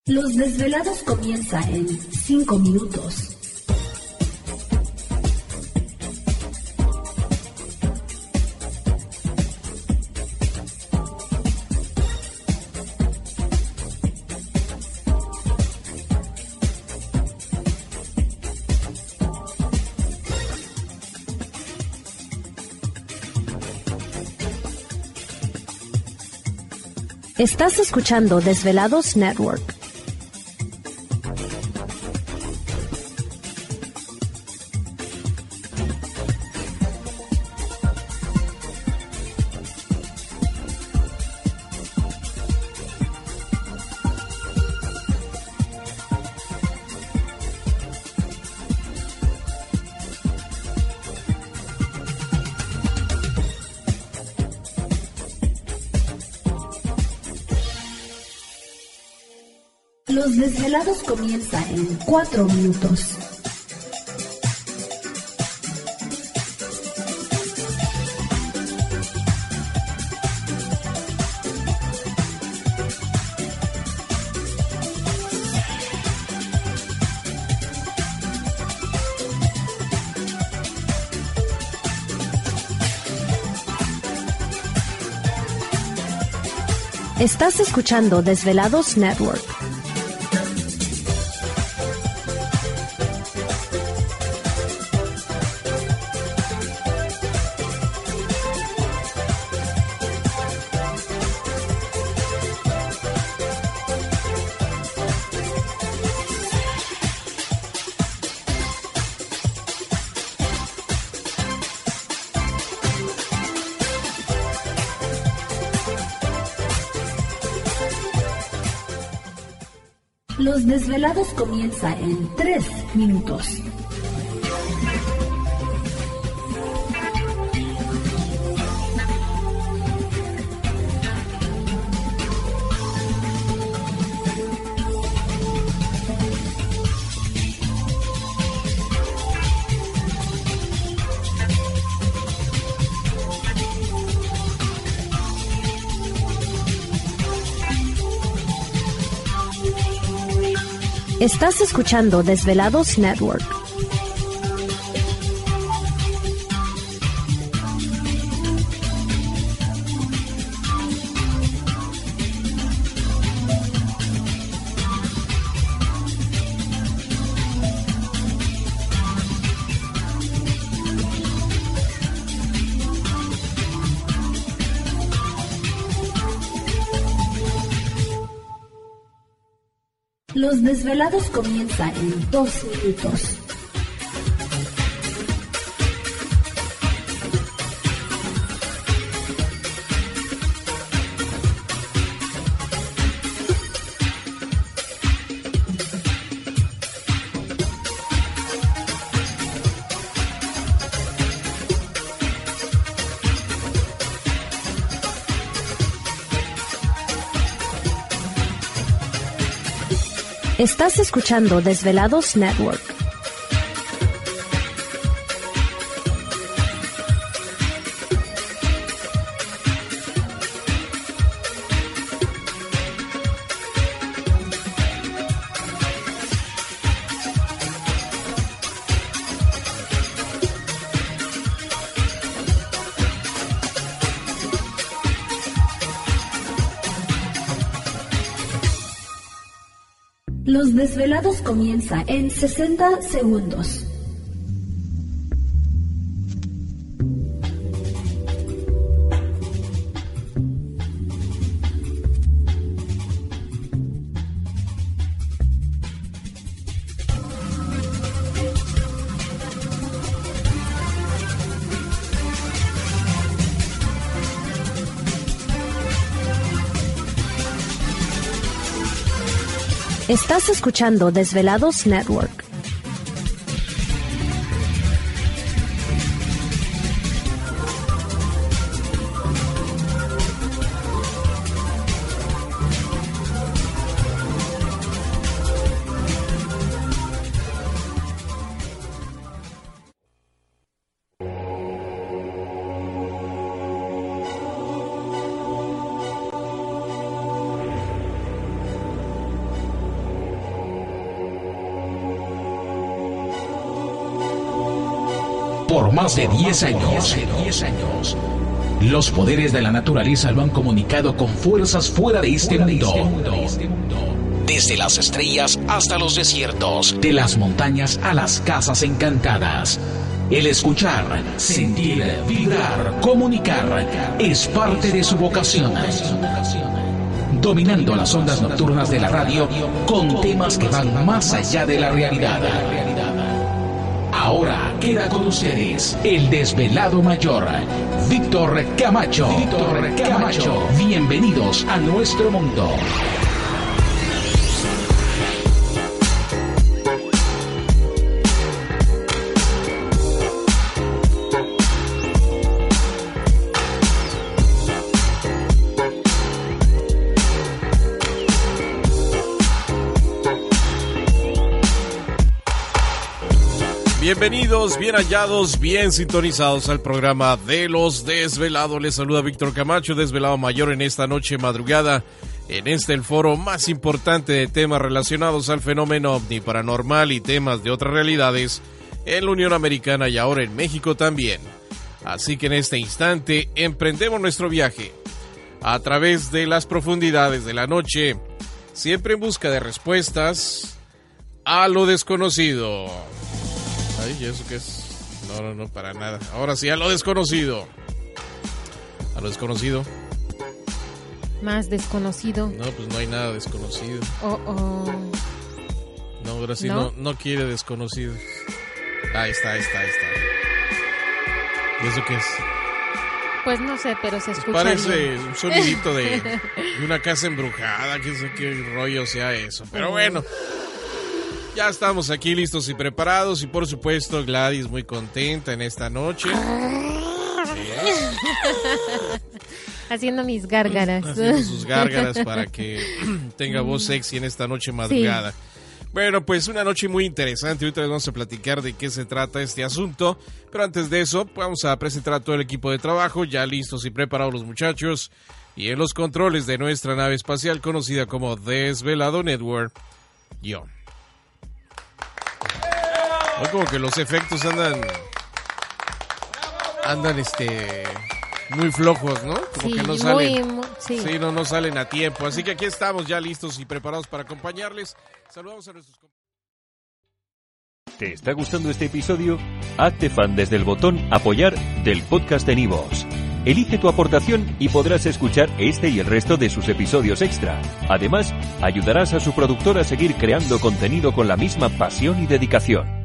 Los Desvelados comienza en 5 minutos. Estás escuchando Desvelados Network. Los Desvelados comienza en 4 minutos. Estás escuchando Desvelados Network. Los Desvelados comienza en 3 minutos. Estás escuchando Desvelados Network. Los Desvelados comienza en 2 minutos. Estás escuchando Desvelados Network. Los Desvelados comienza en 60 segundos. Estás escuchando Desvelados Network. por más de 10 años. Los poderes de la naturaleza lo han comunicado con fuerzas fuera de este mundo. Desde las estrellas hasta los desiertos, de las montañas a las casas encantadas. El escuchar, sentir, vibrar, comunicar es parte de su vocación. Dominando las ondas nocturnas de la radio con temas que van más allá de la realidad. Ahora queda con ustedes el desvelado mayor, Víctor Camacho. Bienvenidos a nuestro mundo. Bienvenidos, bien hallados, bien sintonizados al programa de Los Desvelados. Les saluda Víctor Camacho, desvelado mayor en esta noche madrugada, en el foro más importante de temas relacionados al fenómeno ovni, paranormal y temas de otras realidades en la Unión Americana y ahora en México también. Así que en este instante emprendemos nuestro viaje a través de las profundidades de la noche, siempre en busca de respuestas a lo desconocido. Ay, ¿y eso qué es? No, para nada. Ahora sí, a lo desconocido. A lo desconocido. Más desconocido. No, pues no hay nada desconocido. No, ahora sí no quiere desconocidos. Ahí está. ¿Y eso qué es? Pues no sé, pero se escucha parece bien. Un sonidito de una casa embrujada, que sé qué rollo sea eso. Pero bueno, ya estamos aquí listos y preparados y por supuesto Gladys muy contenta en esta noche. Haciendo mis gárgaras. Haciendo sus gárgaras para que tenga voz sexy en esta noche madrugada. Sí. Bueno, pues una noche muy interesante. Ahorita les vamos a platicar de qué se trata este asunto. Pero antes de eso, vamos a presentar a todo el equipo de trabajo. Ya listos y preparados los muchachos. Y en los controles de nuestra nave espacial conocida como Desvelado Network, yo. Hoy como que los efectos andan muy flojos, ¿no? Como sí, que no salen. Sí, no salen a tiempo. Así que aquí estamos ya listos y preparados para acompañarles. Saludamos a nuestros compañeros. ¿Te está gustando este episodio? Hazte fan desde el botón Apoyar del podcast de Nivos. Elige tu aportación y podrás escuchar este y el resto de sus episodios extra. Además, ayudarás a su productor a seguir creando contenido con la misma pasión y dedicación.